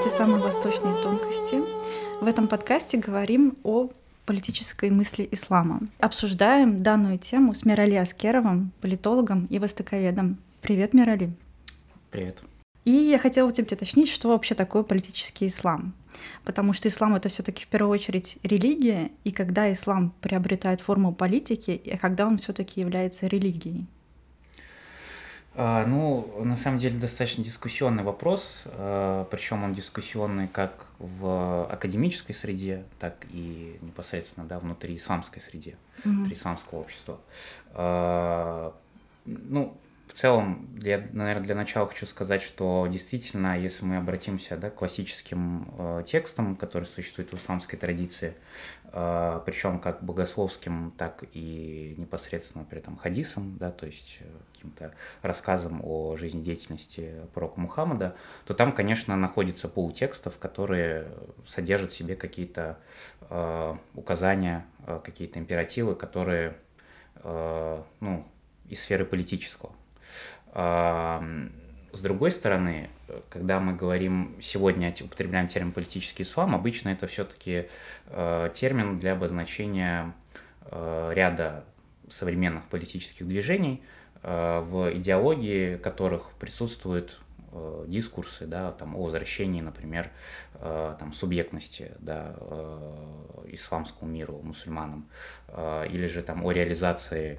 подкасте «Самые восточные тонкости». В этом подкасте говорим о политической мысли ислама. Обсуждаем данную тему с Мерали Аскеровым, политологом и востоковедом. Привет, Мерали. Привет. И я хотела у тебя уточнить, что вообще такое политический ислам. Потому что ислам — это все-таки в первую очередь религия, и когда ислам приобретает форму политики, и когда он все-таки является религией. На самом деле достаточно дискуссионный вопрос, причем он дискуссионный как в академической среде, так и непосредственно внутри исламской среды, внутри исламского общества. В целом, наверное, для начала хочу сказать, что действительно, если мы обратимся к классическим текстам, которые существуют в исламской традиции, причем как богословским, так и непосредственно при этом хадисам, то есть каким-то рассказам о жизнедеятельности пророка Мухаммада, то там, конечно, находится пул текстов, которые содержат в себе какие-то указания, какие-то императивы, которые из сферы политического. С другой стороны, когда мы говорим сегодня, употребляем термин «политический ислам», обычно это все-таки термин для обозначения ряда современных политических движений, в идеологии которых присутствуют дискурсы о возвращении, например, субъектности исламскому миру, мусульманам, или же о реализации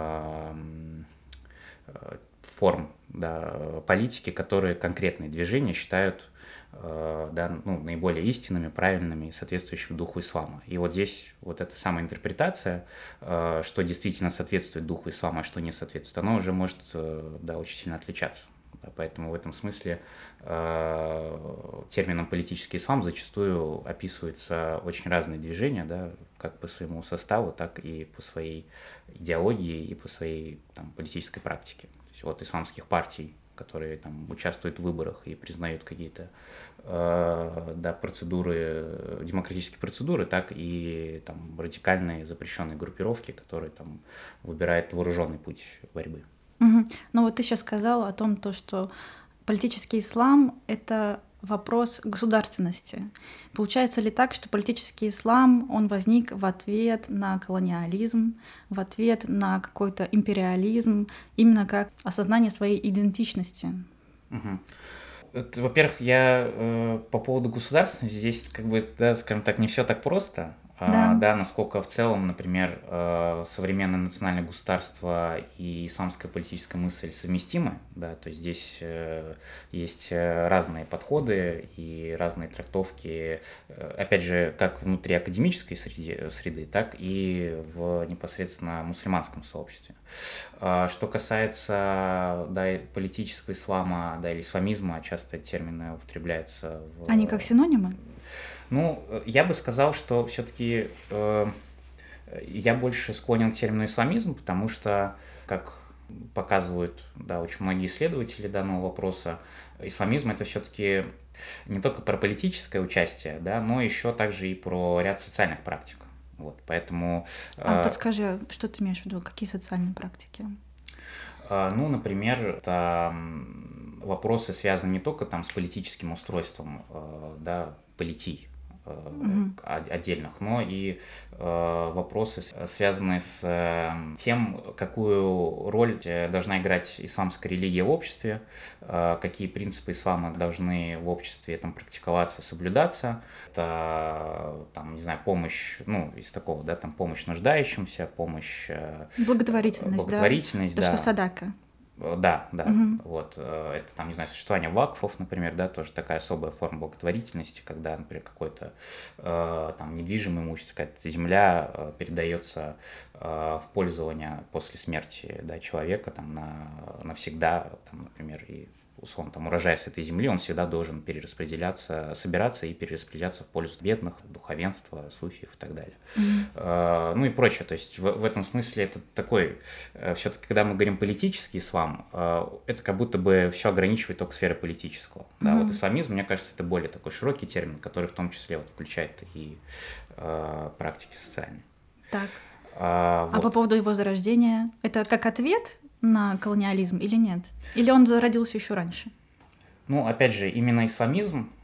форм политики, которые конкретные движения считают наиболее истинными, правильными и соответствующими духу ислама. И вот здесь вот эта самая интерпретация, что действительно соответствует духу ислама, а что не соответствует, она уже может очень сильно отличаться. Поэтому в этом смысле термином «политический ислам» зачастую описываются очень разные движения, как по своему составу, так и по своей идеологии и по своей политической практике. То есть от исламских партий, которые участвуют в выборах и признают какие-то процедуры, демократические процедуры, так и радикальные запрещенные группировки, которые выбирают вооруженный путь борьбы. Ну вот ты сейчас сказала о том, что политический ислам — это вопрос государственности. Получается ли так, что политический ислам, он возник в ответ на колониализм, в ответ на какой-то империализм, именно как осознание своей идентичности? Во-первых, я по поводу государственности здесь, скажем так, не все так просто. Насколько в целом, например, современное национальное государство и исламская политическая мысль совместимы, то есть здесь есть разные подходы и разные трактовки, опять же, как внутри академической среды, так и в непосредственно мусульманском сообществе. Что касается политического ислама, или исламизма, часто термины употребляются Они как синонимы? Я бы сказал, что все-таки я больше склонен к термину исламизм, потому что, как показывают очень многие исследователи данного вопроса, исламизм — это все-таки не только про политическое участие, но еще также и про ряд социальных практик. Поэтому... Подскажи, что ты имеешь в виду, какие социальные практики? Например, это вопросы связаны не только с политическим устройством политий отдельных, но и вопросы, связанные с тем, какую роль должна играть исламская религия в обществе, какие принципы ислама должны в обществе практиковаться, соблюдаться. Это, помощь, из такого, помощь нуждающимся, помощь... Благотворительность, да. То, что садака. Да. Это существование вакфов, например, тоже такая особая форма благотворительности, когда, например, какое-то недвижимое имущество, какая-то земля передается в пользование после смерти человека навсегда, например, и условно, урожай с этой земли, он всегда должен собираться и перераспределяться в пользу бедных, духовенства, суфиев и так далее. И прочее. То есть в этом смысле это такой, все-таки, когда мы говорим политический ислам, это как будто бы все ограничивает только сферы политического. Исламизм, мне кажется, это более такой широкий термин, который в том числе включает и практики социальные. Так. По поводу его зарождения, это как ответ на колониализм или нет? Или он зародился еще раньше? Опять же, именно исламизм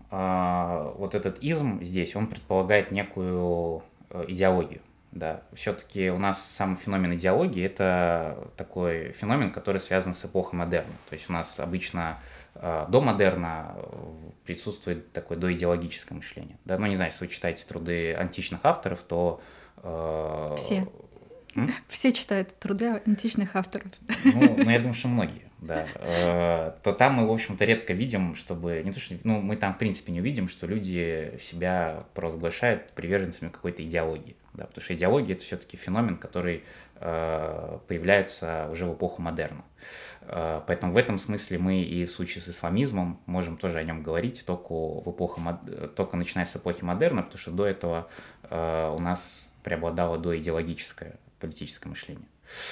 вот этот изм здесь, он предполагает некую идеологию. Да, все-таки у нас сам феномен идеологии – это такой феномен, который связан с эпохой модерна. То есть у нас обычно до модерна присутствует такое доидеологическое мышление. Да? Ну, не знаю, если вы читаете труды античных авторов, то… Все. Все читают труды античных авторов. Ну, я думаю, что многие, да. То там мы, в общем-то, редко видим, чтобы… Не то, что… Ну, мы там, в принципе, не увидим, что люди себя провозглашают приверженцами какой-то идеологии. Да, потому что идеология – это все-таки феномен, который появляется уже в эпоху модерна. Поэтому в этом смысле мы и в случае с исламизмом можем тоже о нем говорить только начиная с эпохи модерна, потому что до этого у нас преобладало доидеологическое политическое мышление.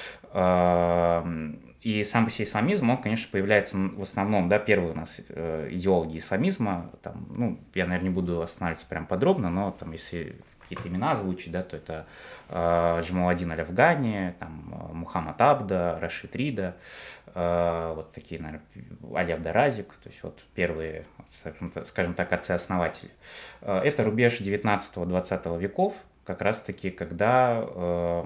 И сам по себе исламизм, он, конечно, появляется в основном, да, первые у нас идеологи исламизма, там, ну, я, наверное, не буду останавливаться прям подробно, но там, если какие-то имена озвучить, да, то это Джамаладдин Аль-Афгани, там, Мухаммад Абда, Рашид Рида, вот такие, наверное, Али Абдаразик, то есть вот первые, скажем так, отцы-основатели. Это рубеж 19-20 веков, как раз-таки, когда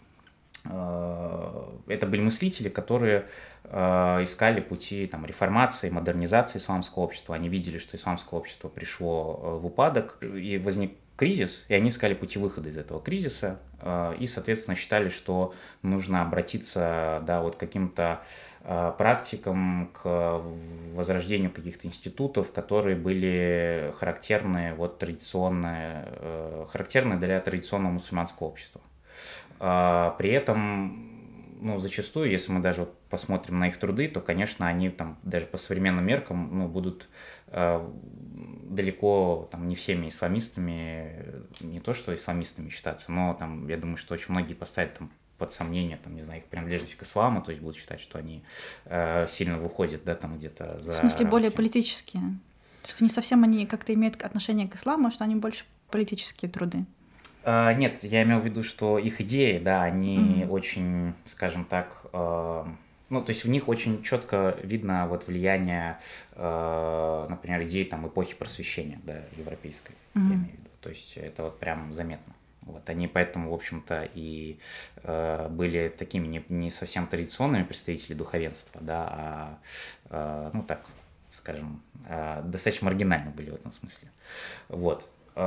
это были мыслители, которые искали пути там, реформации, модернизации исламского общества. Они видели, что исламское общество пришло в упадок, и возник кризис, и они искали пути выхода из этого кризиса, и, соответственно, считали, что нужно обратиться, да, вот к каким-то практикам, к возрождению каких-то институтов, которые были характерны, вот, характерны для традиционного мусульманского общества. При этом, ну, зачастую, если мы даже посмотрим на их труды, то, конечно, они там даже по современным меркам, ну, будут далеко там, не всеми исламистами, не то что исламистами считаться, но там, я думаю, что очень многие поставят там под сомнение, там, не знаю, их принадлежность к исламу, то есть будут считать, что они сильно выходят, да, там где-то за… В смысле, более политические? Что не совсем они как-то имеют отношение к исламу, а что они больше политические труды? Нет, я имел в виду, что их идеи, да, они очень, скажем так, ну, то есть в них очень четко видно вот влияние, например, идей там эпохи просвещения, да, европейской, я имею в виду. То есть это вот прям заметно. Вот они поэтому, в общем-то, и были такими не совсем традиционными представителями духовенства, да, ну так, скажем, достаточно маргинально были в этом смысле. Вот.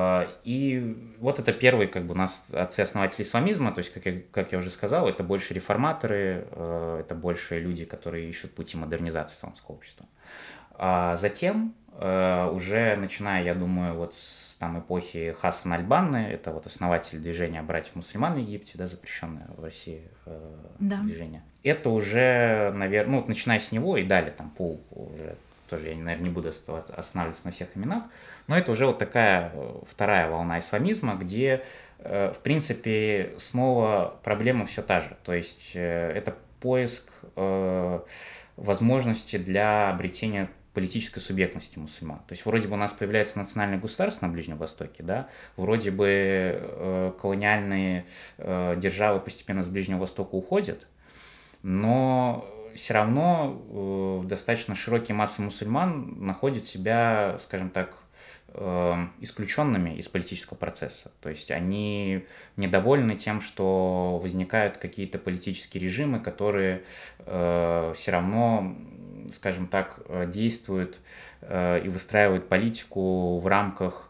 И вот это первые, как бы, у нас отцы-основатели исламизма, то есть, как я уже сказал, это больше реформаторы, это больше люди, которые ищут пути модернизации исламского общества. А затем, уже начиная, я думаю, вот с там, эпохи Хасана аль-Банны, это вот основатель движения братьев-мусульман в Египте, да, запрещенное в России движение. Это уже, наверное, ну, вот начиная с него и далее, там, пул уже, тоже я, наверное, не буду останавливаться на всех именах, но это уже вот такая вторая волна исламизма, где, в принципе, снова проблема все та же. То есть это поиск возможности для обретения политической субъектности мусульман. То есть вроде бы у нас появляется национальное государство на Ближнем Востоке, да, вроде бы колониальные державы постепенно с Ближнего Востока уходят, но все равно достаточно широкие массы мусульман находят себя, скажем так, исключенными из политического процесса. То есть они недовольны тем, что возникают какие-то политические режимы, которые все равно, скажем так, действуют и выстраивают политику в рамках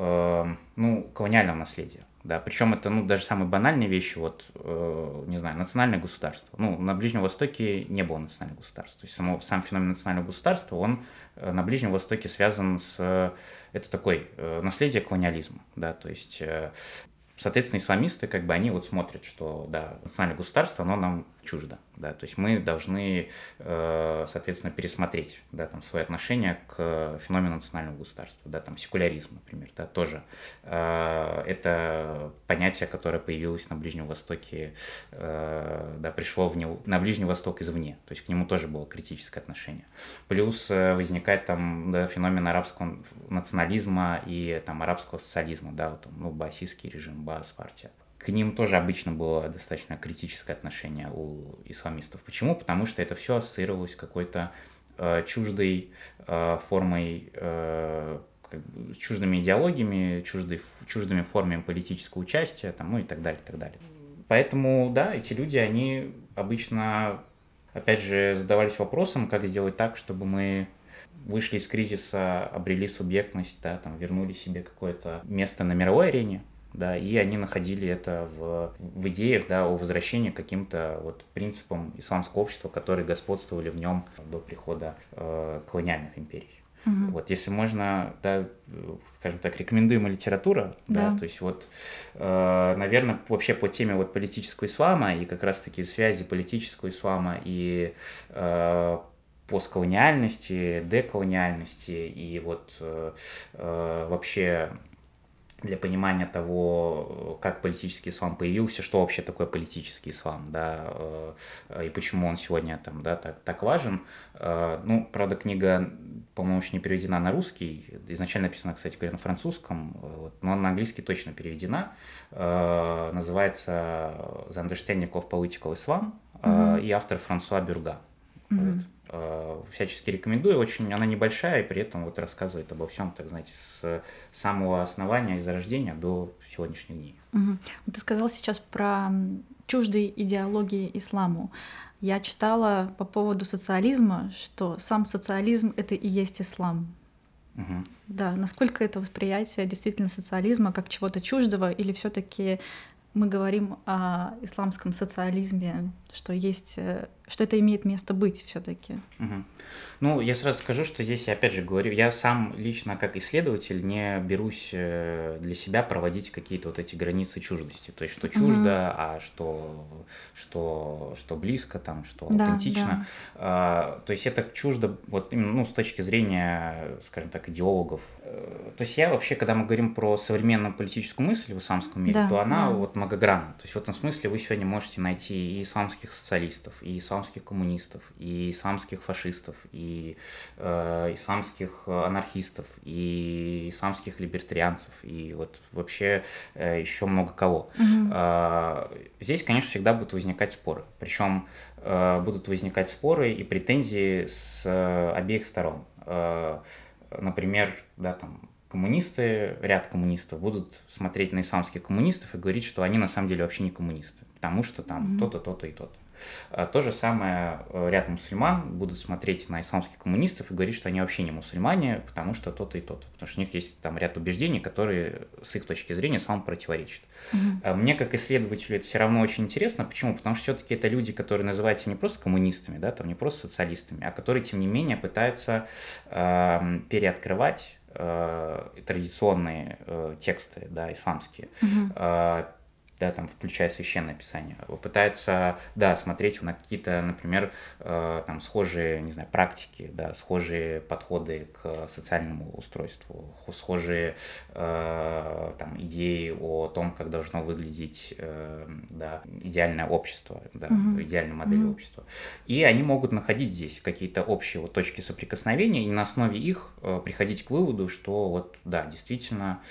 ну, колониального наследия. Да, причем это, ну, даже самые банальные вещи, вот, не знаю, национальное государство. Ну, на Ближнем Востоке не было национального государства. То есть сам феномен национального государства, он на Ближнем Востоке связан с… Это такой наследие колониализма, да, то есть… Соответственно, исламисты, как бы, они вот смотрят, что, да, национальное государство, оно нам чуждо, да, то есть мы должны, соответственно, пересмотреть, да, там, свои отношения к феномену национального государства, да, там, секуляризм, например, да, тоже это понятие, которое появилось на Ближнем Востоке, да, пришло на Ближний Восток извне, то есть к нему тоже было критическое отношение. Плюс возникает там, да, феномен арабского национализма и там арабского социализма, да, вот, ну, баасистский режим, Баас-партия. К ним тоже обычно было достаточно критическое отношение у исламистов. Почему? Потому что это все ассоциировалось с какой-то чуждой формой как бы, с чуждыми идеологиями, чуждыми формами политического участия, там, ну и так далее, и так далее. Поэтому, да, эти люди, они обычно, опять же, задавались вопросом, как сделать так, чтобы мы вышли из кризиса, обрели субъектность, да, там, вернули себе какое-то место на мировой арене, да, и они находили это в идеях, да, о возвращении к каким-то вот принципам исламского общества, которые господствовали в нем до прихода колониальных империй. Вот, если можно, да, скажем так, рекомендуемая литература, да, то есть вот, наверное, вообще по теме вот политического ислама и как раз-таки связи политического ислама и постколониальности, деколониальности и вот вообще для понимания того, как политический ислам появился, что вообще такое политический ислам, да, и почему он сегодня там, да, так важен. Ну, правда, книга, по-моему, еще не переведена на русский, изначально написана, кстати говоря, на французском, вот, но на английский точно переведена. Называется «The Understanding of Political Islam», и автор Франсуа Бюрга. Вот. Всячески рекомендую. Очень она небольшая и при этом вот рассказывает обо всем, так знаете, с самого основания и зарождения до сегодняшних дней. Ты сказал сейчас про чуждые идеологии исламу. Я читала по поводу социализма, что сам социализм — это и есть ислам. Да, насколько это восприятие действительно социализма как чего-то чуждого, или все-таки мы говорим о исламском социализме, что это имеет место быть все-таки? Ну, я сразу скажу, что здесь я опять же говорю, я сам лично как исследователь не берусь для себя проводить какие-то вот эти границы чуждости, то есть что чуждо, а что близко, там, что аутентично. То есть это чуждо вот именно, ну, с точки зрения, скажем так, идеологов. То есть я вообще, когда мы говорим про современную политическую мысль в исламском мире, то она вот многогранна. То есть в этом смысле вы сегодня можете найти и исламских социалистов, и исламских коммунистов, и исламских фашистов, и исламских анархистов, и исламских либертарианцев, и вот вообще еще много кого. Здесь, конечно, всегда будут возникать споры. Причем будут возникать споры и претензии с обеих сторон. Например, да, там, ряд коммунистов будут смотреть на исламских коммунистов и говорить, что они на самом деле вообще не коммунисты, потому что там то-то, то-то и то-то. То же самое ряд мусульман будут смотреть на исламских коммунистов и говорить, что они вообще не мусульмане, потому что то-то и то-то. Потому что у них есть там ряд убеждений, которые с их точки зрения исламу противоречат. Мне как исследователю это все равно очень интересно. Почему? Потому что все-таки это люди, которые называются не просто коммунистами, да, там, не просто социалистами, а которые, тем не менее, пытаются переоткрывать традиционные тексты, да, исламские, да, там, включая священное писание, пытается, да, смотреть на какие-то, например, там, схожие, не знаю, практики, да, схожие подходы к социальному устройству, схожие там, идеи о том, как должно выглядеть, да, идеальное общество, да, идеальная модель общества. И они могут находить здесь какие-то общие вот точки соприкосновения и на основе их приходить к выводу, что вот, да, действительно,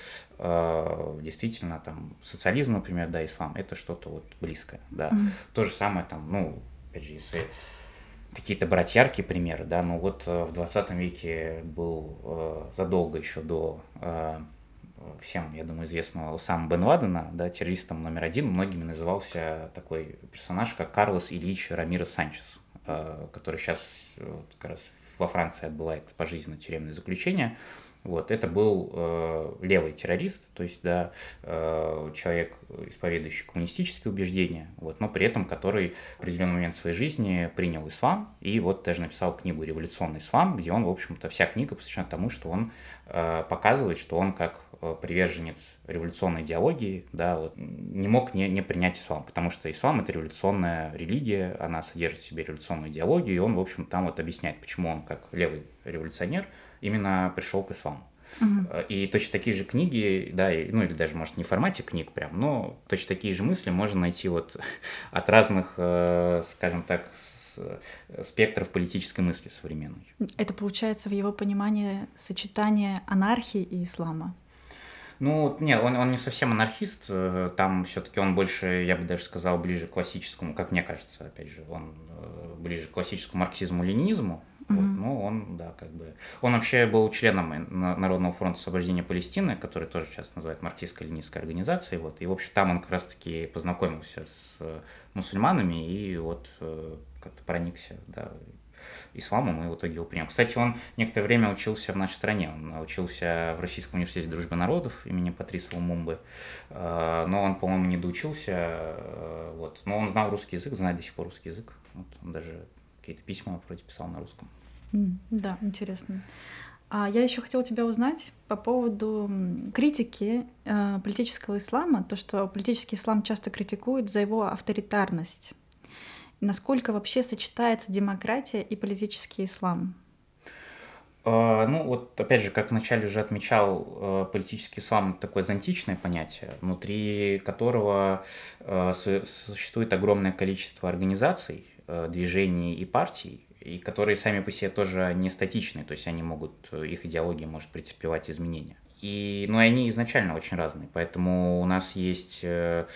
там, социализм, например, да, ислам, это что-то вот близкое, да. То же самое там, ну, опять же, если какие-то брать яркие примеры, да, ну вот в 20 веке был задолго еще до всем, я думаю, известного Усама бен Ладена, да, террористом номер один, многими назывался такой персонаж, как Карлос Ильич Рамирес Санчес, который сейчас вот, как раз во Франции отбывает пожизненное тюремное заключение. Вот, это был левый террорист, то есть, да, человек, исповедующий коммунистические убеждения, вот, но при этом который в определенный момент своей жизни принял ислам и вот даже написал книгу «Революционный ислам», где он, в общем-то, вся книга посвящена тому, что он показывает, что он как приверженец революционной идеологии, да, вот, не мог не принять ислам, потому что ислам — это революционная религия, она содержит в себе революционную идеологию, и он, в общем, там вот объясняет, почему он, как левый революционер, именно пришел к исламу. И точно такие же книги, да, ну или даже, может, не в формате книг прям, но точно такие же мысли можно найти вот от разных, скажем так, спектров политической мысли современной. Это получается в его понимании сочетание анархии и ислама? Ну, нет, он не совсем анархист, там все-таки он больше, я бы даже сказал, ближе к классическому, как мне кажется, опять же, он ближе к классическому марксизму-ленинизму, Вот, ну, он, да, как бы... Он вообще был членом Народного фронта освобождения Палестины, который тоже сейчас называют марксистско-ленинской организацией, вот, и, в общем, там он как раз-таки познакомился с мусульманами и вот как-то проникся, да, исламом, и в итоге его принял. Кстати, он некоторое время учился в нашей стране, он учился в Российском университете дружбы народов имени Патриса Лумумбы, но он, по-моему, не доучился, вот, но он знал русский язык, знает до сих пор русский язык, вот, он даже какие-то письма вроде писал на русском. Да, интересно. Я еще хотела тебя узнать по поводу критики политического ислама, то, что политический ислам часто критикует за его авторитарность. Насколько вообще сочетается демократия и политический ислам? Ну, вот опять же, как вначале уже отмечал, политический ислам — это такое зонтичное понятие, внутри которого существует огромное количество организаций, движений и партий, и которые сами по себе тоже не статичны, то есть они могут, их идеология может претерпевать изменения. Но и они изначально очень разные, поэтому у нас есть ряд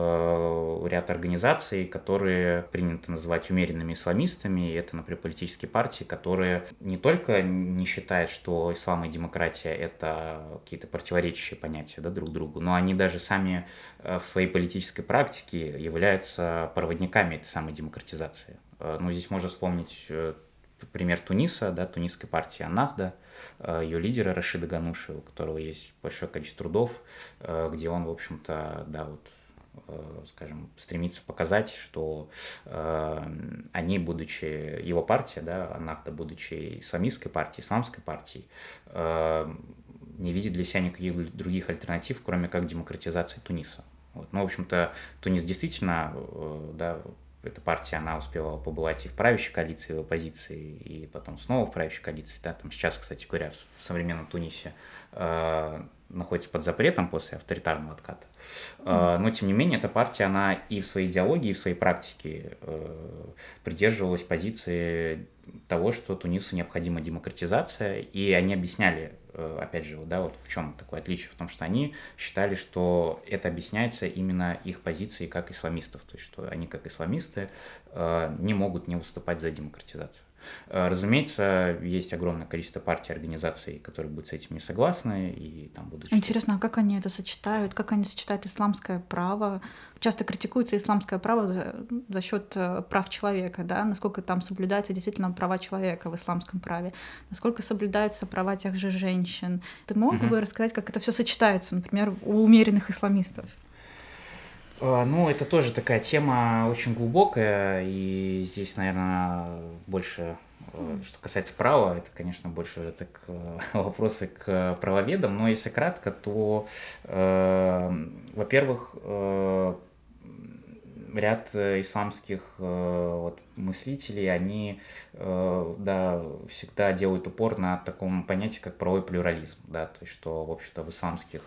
организаций, которые принято называть умеренными исламистами, и это, например, политические партии, которые не только не считают, что ислам и демократия — это какие-то противоречащие понятия, да, друг другу, но они даже сами в своей политической практике являются проводниками этой самой демократизации. Ну, здесь можно вспомнить пример Туниса, да, тунисской партии Аннахда, ее лидера Рашида Гануши, у которого есть большое количество трудов, где он, в общем-то, да, вот, скажем, стремится показать, что они, будучи, его партия, да, Аннахда, будучи исламистской партией, исламской партией, не видит для себя никаких других альтернатив, кроме как демократизации Туниса. Вот. Ну, в общем-то, Тунис действительно, да, эта партия, она успела побывать и в правящей коалиции, и в оппозиции, и потом снова в правящей коалиции. Да, там сейчас, кстати говоря, в современном Тунисе находится под запретом после авторитарного отката. Но, тем не менее, эта партия, она и в своей идеологии, и в своей практике придерживалась позиции того, что Тунису необходима демократизация, и они объясняли, опять же, да, вот в чем такое отличие, в том, что они считали, что это объясняется именно их позицией как исламистов, то есть что они как исламисты не могут не выступать за демократизацию. Разумеется, есть огромное количество партий и организаций, которые будут с этим не согласны, и там будут... Интересно, а как они это сочетают? Как они сочетают исламское право? Часто критикуется исламское право за счет прав человека, да? Насколько там соблюдаются действительно права человека в исламском праве? Насколько соблюдаются права тех же женщин? Ты мог бы рассказать, как это все сочетается, например, у умеренных исламистов? Ну, это тоже такая тема очень глубокая, и здесь, наверное, больше, что касается права, это, конечно, больше уже так вопросы к правоведам, но если кратко, то, во-первых, ряд исламских вот, мыслителей, они да, всегда делают упор на таком понятии, как правовой плюрализм, да, то есть что, в общем-то, в исламских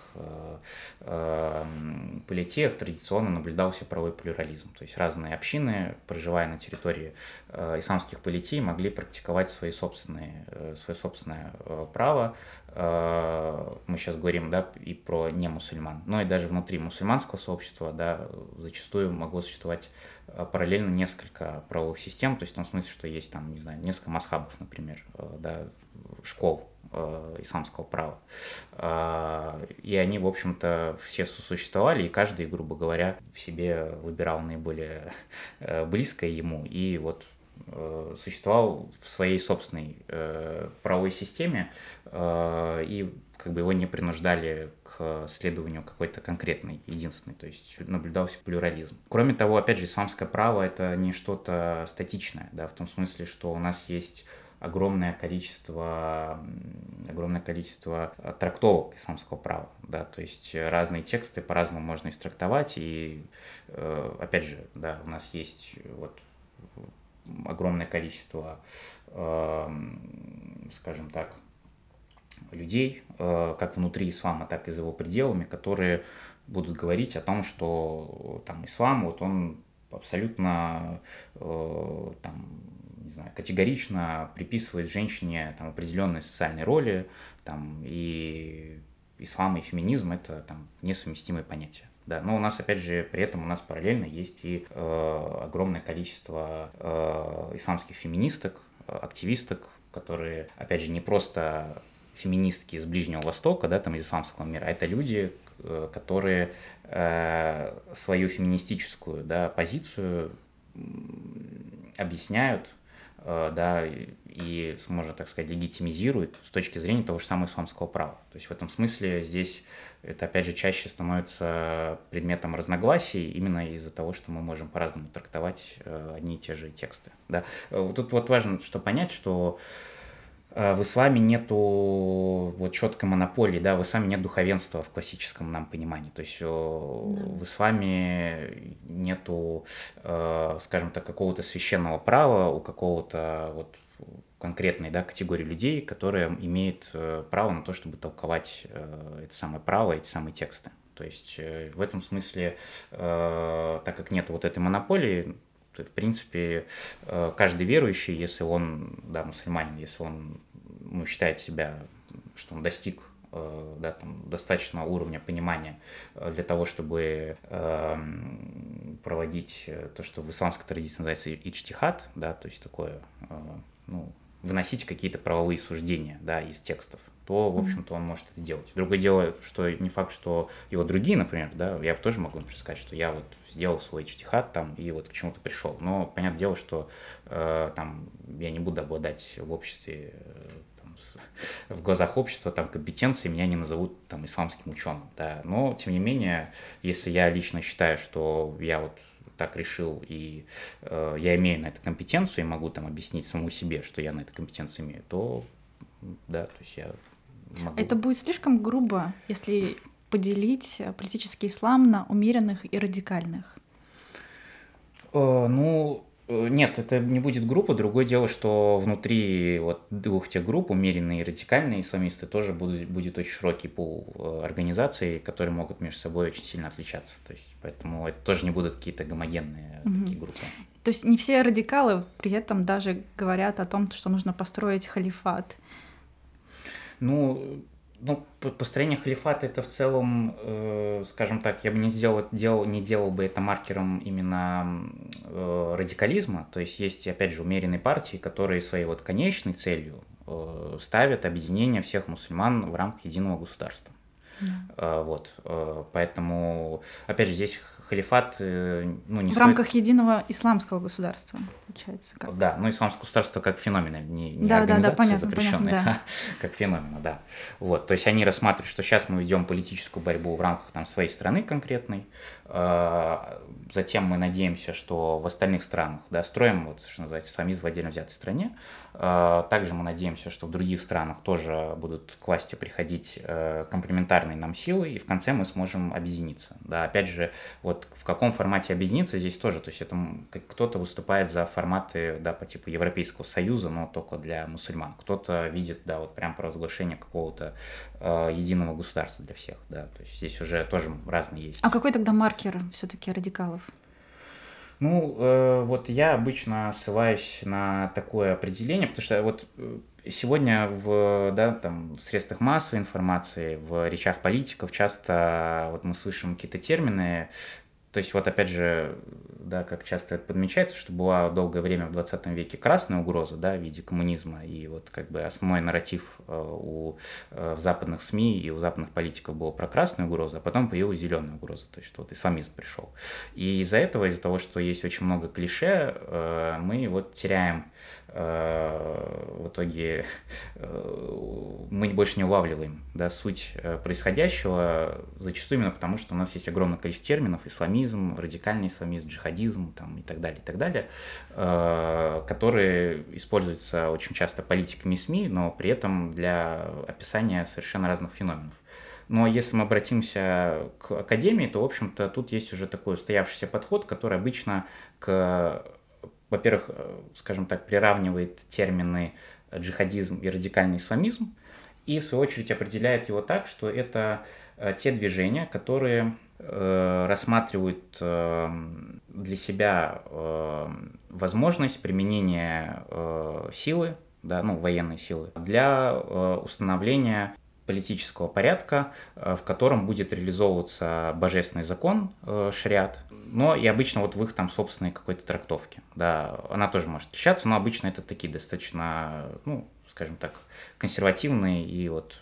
политеях традиционно наблюдался правовой плюрализм, то есть разные общины, проживая на территории исламских политей, могли практиковать свое собственное право. Мы сейчас говорим, да, и про немусульман, но и даже внутри мусульманского сообщества, да, зачастую могло существовать параллельно несколько правовых систем, то есть в том смысле, что есть там, не знаю, несколько масхабов, например, да, школ исламского права. И они, в общем-то, все сосуществовали, и каждый, грубо говоря, в себе выбирал наиболее близкое ему, и вот существовал в своей собственной правовой системе, и как бы его не принуждали к следованию какой-то конкретной, единственной, то есть наблюдался плюрализм. Кроме того, опять же, исламское право — это не что-то статичное, да, в том смысле, что у нас есть огромное количество трактовок исламского права, да, то есть разные тексты по-разному можно истрактовать, и, опять же, да, у нас есть вот огромное количество, скажем так, людей, как внутри ислама, так и за его пределами, которые будут говорить о том, что там ислам, вот он абсолютно там, не знаю, категорично приписывает женщине там определенные социальные роли, там, и ислам и феминизм — это там несовместимые понятия. Да, но у нас, опять же, при этом у нас параллельно есть и огромное количество исламских феминисток, активисток, которые, опять же, не просто феминистки из Ближнего Востока, да, там из исламского мира, а это люди, которые свою феминистическую, да, позицию объясняют, да, и, можно так сказать, легитимизируют с точки зрения того же самого исламского права. То есть в этом смысле здесь это, опять же, чаще становится предметом разногласий именно из-за того, что мы можем по-разному трактовать одни и те же тексты. Да. Вот тут вот важно что понять, что в исламе нету вот четкой монополии, да, в исламе нет духовенства в классическом нам понимании. То есть в исламе нету, скажем так, какого-то священного права у какого-то вот конкретной, да, категории людей, которая имеет право на то, чтобы толковать это самое право, эти самые тексты. То есть в этом смысле, так как нет вот этой монополии, в принципе, каждый верующий, если он, да, мусульманин, если он, ну, считает себя, что он достиг, да, там, достаточного уровня понимания для того, чтобы проводить то, что в исламской традиции называется иджтихад, да, то есть такое, ну, выносить какие-то правовые суждения, да, из текстов, то, в общем-то, он может это делать. Другое дело, что не факт, что его другие, например, да, я тоже могу, например, сказать, что я вот сделал свой иджтихад там и вот к чему-то пришел. Но понятное дело, что там я не буду обладать в обществе, в глазах общества там компетенцией, меня не назовут там исламским ученым, да. Но, тем не менее, если я лично считаю, что я вот так решил, и я имею на это компетенцию, и могу там объяснить самому себе, что я на это компетенцию имею, то да, то есть я могу. Это будет слишком грубо, если поделить политический ислам на умеренных и радикальных. Ну, нет, это не будет группа. Другое дело, что внутри вот двух тех групп, умеренные и радикальные исламисты, тоже будет очень широкий пул организаций, которые могут между собой очень сильно отличаться. То есть, поэтому это тоже не будут какие-то гомогенные такие группы. То есть не все радикалы при этом даже говорят о том, что нужно построить халифат. Ну, построение халифата это в целом, скажем так, я бы не делал бы это маркером именно радикализма. То есть есть, опять же, умеренные партии, которые своей вот конечной целью ставят объединение всех мусульман в рамках единого государства. Вот, поэтому, опять же, здесь халифат, ну, не в стоит... рамках единого исламского государства, получается. Как? Да, но исламское государство как феномена, не да, организация понятно, запрещенная, понятно, да. как феномена, да. Вот, то есть они рассматривают, что сейчас мы ведем политическую борьбу в рамках там своей страны конкретной, затем мы надеемся, что в остальных странах, да, строим, вот, что называется, исламизм в отдельно взятой стране. Также мы надеемся, что в других странах тоже будут к власти приходить комплементарные нам силы, и в конце мы сможем объединиться. Да, опять же, вот в каком формате объединиться здесь тоже, то есть это кто-то выступает за форматы, да, по типу Европейского Союза, но только для мусульман. Кто-то видит, да, вот прям провозглашение какого-то единого государства для всех, да, то есть здесь уже тоже разные есть. А какой тогда маркер все-таки радикалов? Ну, вот я обычно ссылаюсь на такое определение, потому что вот сегодня да, там, в средствах массовой информации, в речах политиков часто вот мы слышим какие-то термины. То есть вот опять же, да, как часто это подмечается, что была долгое время в 20 веке красная угроза, да, в виде коммунизма, и вот как бы основной нарратив в западных СМИ и у западных политиков был про красную угрозу, а потом появилась зеленая угроза, то есть что вот исламизм пришел. И из-за этого, из-за того, что есть очень много клише, мы вот теряем в итоге мы больше не улавливаем, да, суть происходящего, зачастую именно потому, что у нас есть огромное количество терминов: исламизм, радикальный исламизм, джихадизм там, и так далее, которые используются очень часто политиками и СМИ, но при этом для описания совершенно разных феноменов. Но если мы обратимся к академии, то, в общем-то, тут есть уже такой устоявшийся подход, который обычно во-первых, скажем так, приравнивает термины джихадизм и радикальный исламизм, и, в свою очередь, определяет его так, что это те движения, которые рассматривают для себя возможность применения силы, да, ну, военной силы, для установления политического порядка, в котором будет реализовываться божественный закон, шариат, но и обычно вот в их там собственной какой-то трактовке. Да, она тоже может отличаться, но обычно это такие достаточно, ну, скажем так, консервативные и вот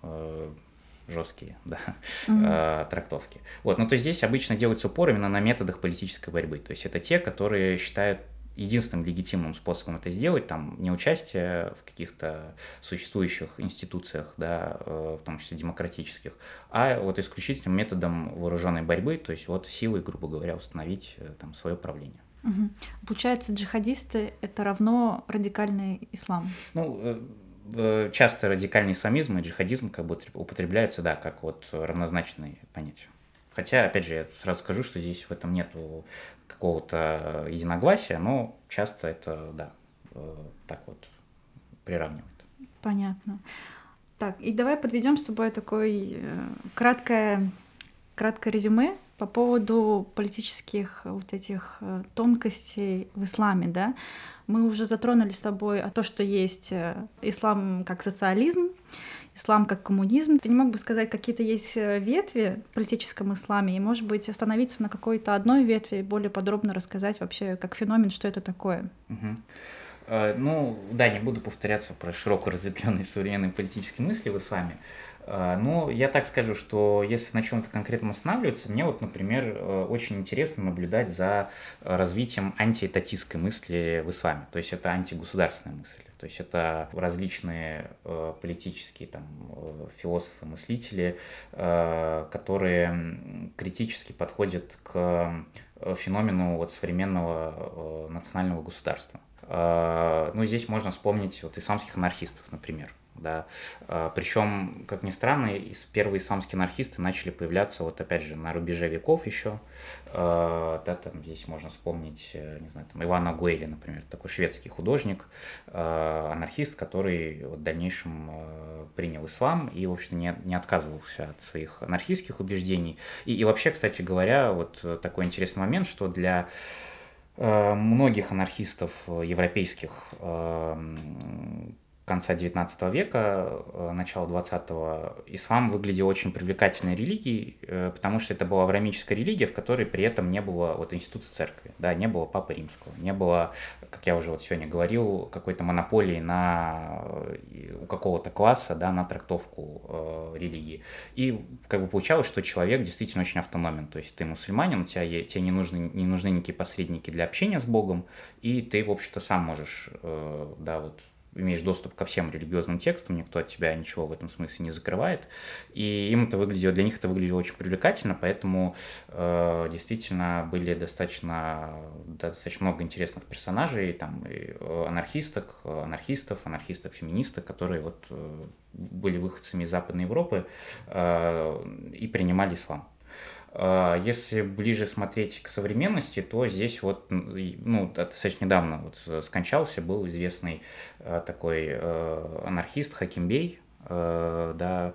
жесткие, да, трактовки. Вот, ну то есть здесь обычно делается упор именно на методах политической борьбы. То есть это те, которые считают единственным легитимным способом это сделать, там, не участие в каких-то существующих институциях, да, в том числе демократических, а вот исключительным методом вооруженной борьбы, то есть вот силой, грубо говоря, установить там свое правление. Получается, джихадисты — это равно радикальный ислам? Ну, часто радикальный исламизм и джихадизм как бы употребляются, да, как вот равнозначные понятия. Хотя, опять же, я сразу скажу, что здесь в этом нету какого-то единогласия, но часто это, да, так вот приравнивают. Понятно. Так, и давай подведем с тобой такое краткое резюме по поводу политических вот этих тонкостей в исламе, да. Мы уже затронули с тобой то, что есть ислам как социализм, ислам как коммунизм. Ты не мог бы сказать, какие-то есть ветви в политическом исламе, и, может быть, остановиться на какой-то одной ветви и более подробно рассказать вообще как феномен, что это такое? Ну, да, не буду повторяться про широко разветвленные современные политические мысли в исламе. Но я так скажу, что если на чем-то конкретном останавливаться, мне вот, например, очень интересно наблюдать за развитием антиэтатистской мысли в исламе. То есть это антигосударственная мысль. То есть это различные политические там, философы, мыслители, которые критически подходят к феномену вот современного национального государства. Ну, здесь можно вспомнить вот исламских анархистов, например. Да. Причем, как ни странно, первые исламские анархисты начали появляться, вот опять же, на рубеже веков еще. Да, там здесь можно вспомнить, не знаю, там Ивана Гуэли, например, такой шведский художник, анархист, который в дальнейшем принял ислам и, в общем, не отказывался от своих анархистских убеждений. И вообще, кстати говоря, вот такой интересный момент, что для многих анархистов европейских конца XIX века, начала XX, ислам выглядел очень привлекательной религией, потому что это была авраамическая религия, в которой при этом не было вот института церкви, да, не было Папы Римского, не было, как я уже вот сегодня говорил, какой-то монополии у какого-то класса, да, на трактовку религии. И как бы получалось, что человек действительно очень автономен, то есть ты мусульманин, тебе не нужны никакие посредники для общения с Богом, и ты, в общем-то, сам можешь, да, вот, имеешь доступ ко всем религиозным текстам, никто от тебя ничего в этом смысле не закрывает, и для них это выглядело очень привлекательно, поэтому действительно были достаточно много интересных персонажей, там, анархистов, феминисток, которые вот были выходцами из Западной Европы и принимали ислам. Если ближе смотреть к современности, то здесь вот, ну, достаточно недавно вот скончался, был известный такой анархист Хаким Бей, да,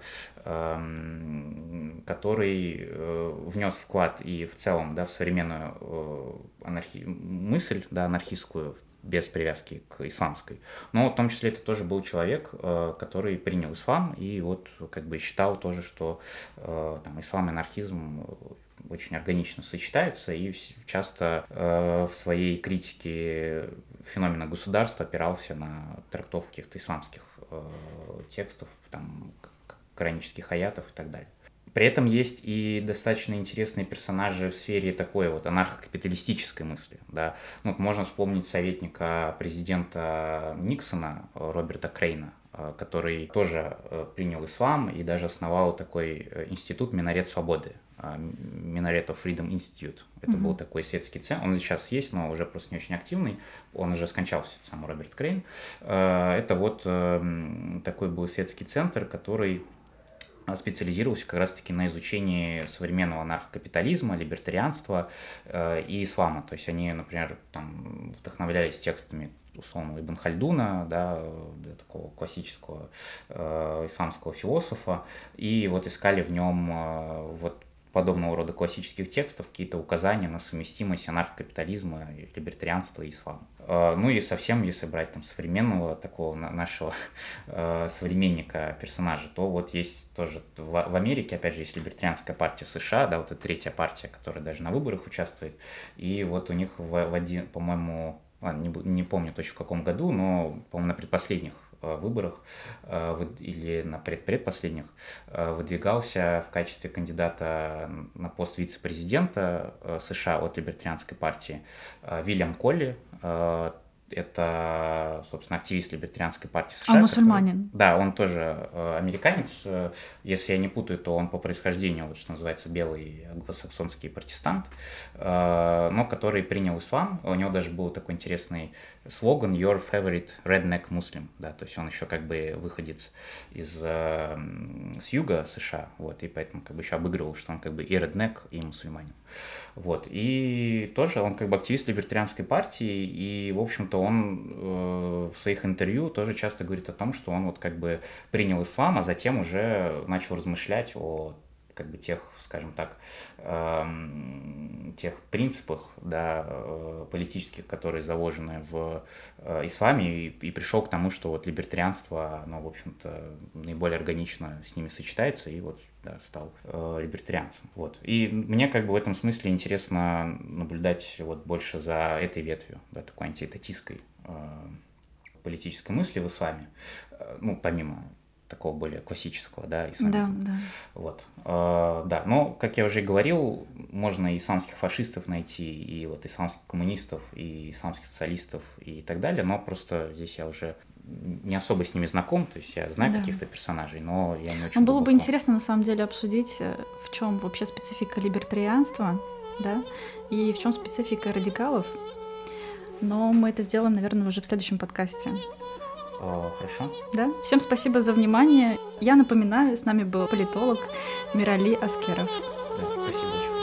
который внес вклад и в целом, да, в современную мысль, да, анархистскую, без привязки к исламской. Но в том числе это тоже был человек, который принял ислам и вот как бы считал тоже, что там ислам и анархизм очень органично сочетаются, и часто в своей критике феномена государства опирался на трактовку каких-то исламских текстов, там, коранических аятов и так далее. При этом есть и достаточно интересные персонажи в сфере такой вот анархокапиталистической мысли. Да. Ну, можно вспомнить советника президента Никсона Роберта Крейна, который тоже принял ислам и даже основал такой институт «Минарет свободы», Minaret of Freedom Institute. Это был такой светский центр, он сейчас есть, но уже просто не очень активный, он уже скончался, сам Роберт Крейн. Это вот такой был светский центр, который специализировался как раз-таки на изучении современного анархокапитализма, либертарианства и ислама. То есть они, например, там, вдохновлялись текстами условно Ибн Хальдуна, да, такого классического исламского философа, и вот искали в нем вот подобного рода классических текстов какие-то указания на совместимость анархокапитализма, либертарианства и ислама. Ну и совсем, если брать там современного такого нашего современника персонажа, то вот есть тоже в Америке, опять же, есть либертарианская партия США, да, вот это третья партия, которая даже на выборах участвует, и вот у них в один, по-моему, не помню точно в каком году, но, по-моему, на предпоследних выборах или на предпоследних выдвигался в качестве кандидата на пост вице-президента США от либертарианской партии Вильям Колли. Это, собственно, активист либертарианской партии США. Мусульманин. Да, он тоже американец. Если я не путаю, то он по происхождению, вот, что называется, белый англосаксонский протестант, но который принял ислам. У него даже был такой интересный слоган «Your favorite redneck Muslim». Да, то есть он еще как бы выходец с юга США, вот, и поэтому как бы еще обыгрывал, что он как бы и redneck, и мусульманин. Вот, и тоже он как бы активист либертарианской партии, и, в общем-то, он в своих интервью тоже часто говорит о том, что он вот как бы принял ислам, а затем уже начал размышлять о как бы тех, скажем так, тех принципах, да, политических, которые заложены в исламе, и пришел к тому, что вот либертарианство, оно, в общем-то, наиболее органично с ними сочетается, и вот, да, стал либертарианцем. Вот. И мне как бы в этом смысле интересно наблюдать вот больше за этой ветвью, да, такой антиэтатистской политической мысли в исламе, ну, помимо такого более классического, да, исламизма. Да, да. Вот. Да, но, как я уже и говорил, можно и исламских фашистов найти, и вот исламских коммунистов, и исламских социалистов, и так далее, но просто здесь я уже не особо с ними знаком, то есть я знаю каких-то персонажей, но я не очень Было глубоко. бы интересно, на самом деле, обсудить, в чем вообще специфика либертарианства, да, и в чем специфика радикалов, но мы это сделаем, наверное, уже в следующем подкасте. Хорошо. Да? Всем спасибо за внимание. Я напоминаю, с нами был политолог Мирали Аскеров. Да, спасибо большое.